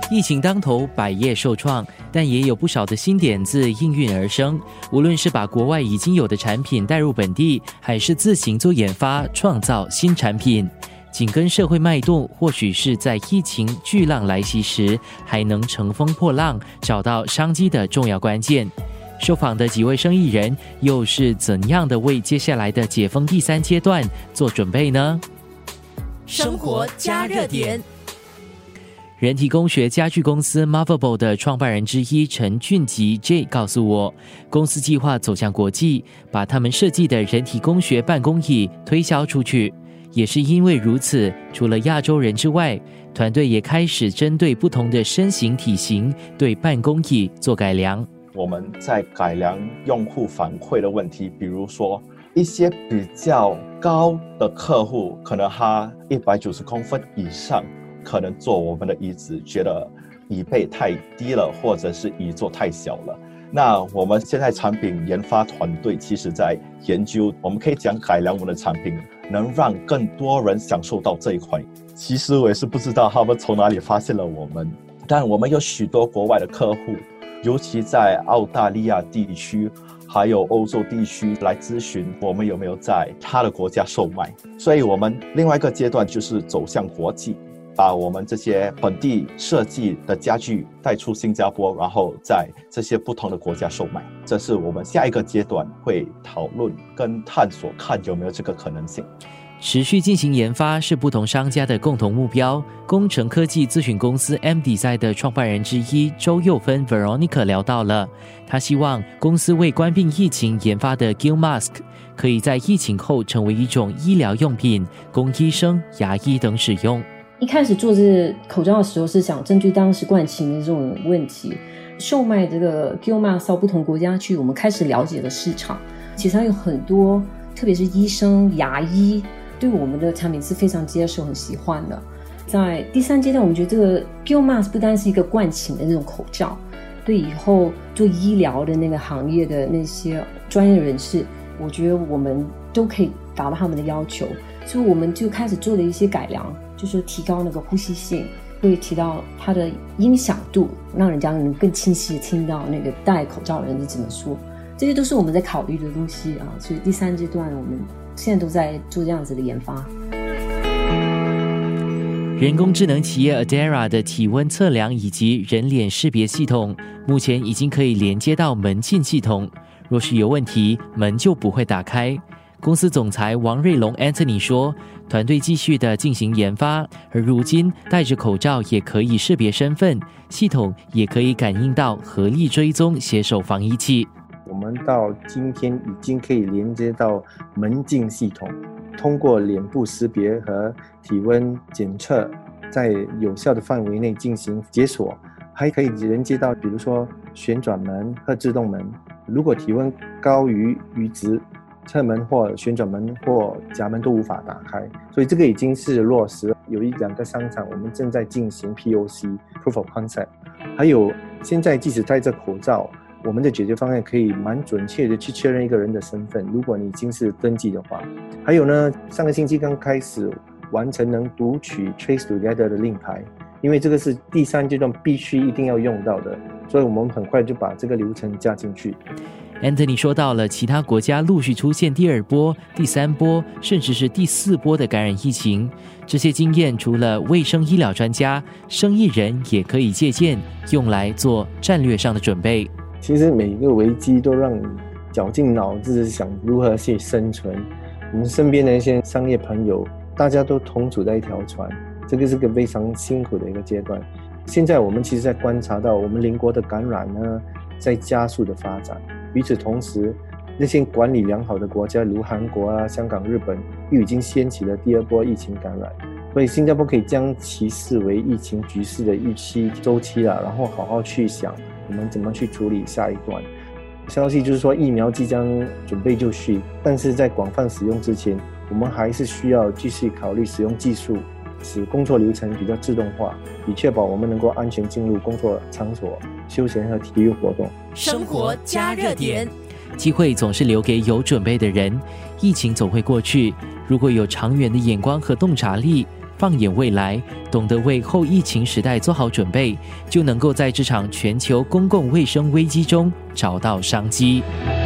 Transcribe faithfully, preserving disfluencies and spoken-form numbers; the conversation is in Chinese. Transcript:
疫情当头，百业受创，但也有不少的新点子应运而生。无论是把国外已经有的产品带入本地，还是自行做研发，创造新产品，紧跟社会脉动，或许是在疫情巨浪来袭时，还能乘风破浪，找到商机的重要关键。受访的几位生意人，又是怎样的为接下来的解封第三阶段做准备呢？ 生活加热点。 人体工学家具公司 Movable 的创办人之一陈俊吉 J 告诉我，公司计划走向国际，把他们设计的人体工学办公椅推销出去。也是因为如此，除了亚洲人之外，团队也开始针对不同的身形体型，对办公椅做改良。 我们在改良用户反馈的问题，比如说一些比较高的客户，可能他一百九十公分以上，可能坐我们的椅子觉得椅背太低了，或者是椅座太小了。那我们现在产品研发团队其实在研究，我们可以讲改良我们的产品，能让更多人享受到这一块。其实我也是不知道他们从哪里发现了我们，但我们有许多国外的客户，尤其在澳大利亚地区还有欧洲地区来咨询我们有没有在他的国家售卖。所以我们另外一个阶段就是走向国际，把我们这些本地设计的家具带出新加坡，然后在这些不同的国家售卖。这是我们下一个阶段会讨论跟探索，看有没有这个可能性。 持续进行研发是不同商家的共同目标。工程科技咨询公司 M Design 的创办人之一周佑芬 Veronica 聊到了，他希望公司为关闭疫情研发的 Gill Mask 可以在疫情后成为一种医疗用品，供医生、牙医等使用。 一开始做这个口罩的时候是想针对当时冠情的这种问题，售卖这个 Gill Mask 到不同国家去，我们开始了解了市场。其实有很多特别是医生、牙医对我们的产品是非常接受、很喜欢的。在第三阶段，我们觉得这个 Gill Mask 不单是一个冠情的这种口罩，对以后做医疗的那个行业的那些专业人士，我觉得我们都可以达到他们的要求。所以我们就开始做了一些改良，就是提高那个呼吸性，会提到它的音响度，让人家能更清晰地听到那个戴口罩的人是怎么说。这些都是我们在考虑的东西啊。所以第三阶段我们现在都在做这样子的研发。 人工智能企业 Adera 的体温测量以及人脸识别系统，目前已经可以连接到门禁系统，若是有问题，门就不会打开。公司总裁王瑞龙 Anthony 说，团队继续的进行研发，而如今戴着口罩也可以识别身份，系统也可以感应到合力追踪携手防疫器。 我们到今天已经可以连接到门禁系统，通过脸部识别和体温检测，在有效的范围内进行解锁，还可以连接到比如说旋转门和自动门。如果体温高于阈值，侧门或旋转门或夹门都无法打开，所以这个已经是落实。有一两个商场我们正在进行 P O C Proof of Concept， 还有现在即使戴着口罩，我们的解决方案可以蛮准确的去确认一个人的身份，如果你已经是登记的话。还有呢，上个星期刚开始完成能读取 Trace Together 的令牌，因为这个是第三阶段必须一定要用到的，所以我们很快就把这个流程加进去。 Anthony 说到了其他国家陆续出现第二波、第三波，甚至是第四波的感染疫情。这些经验除了卫生医疗专家，生意人也可以借鉴，用来做战略上的准备。 其实每一个危机都让你绞尽脑汁想如何去生存。我们身边的一些商业朋友，大家都同处在一条船，这个是个非常辛苦的一个阶段。现在我们其实在观察到我们邻国的感染呢在加速的发展，与此同时，那些管理良好的国家如韩国啊、香港、日本又已经掀起了第二波疫情感染，所以新加坡可以将其视为疫情局势的预期周期了，然后好好去想我们怎么去处理下一段。消息就是说疫苗即将准备就绪，但是在广泛使用之前，我们还是需要继续考虑使用技术，使工作流程比较自动化，以确保我们能够安全进入工作场所、休闲和体育活动。 生活加热点， 机会总是留给有准备的人，疫情总会过去，如果有长远的眼光和洞察力， 放眼未来，懂得为后疫情时代做好准备，就能够在这场全球公共卫生危机中找到商机。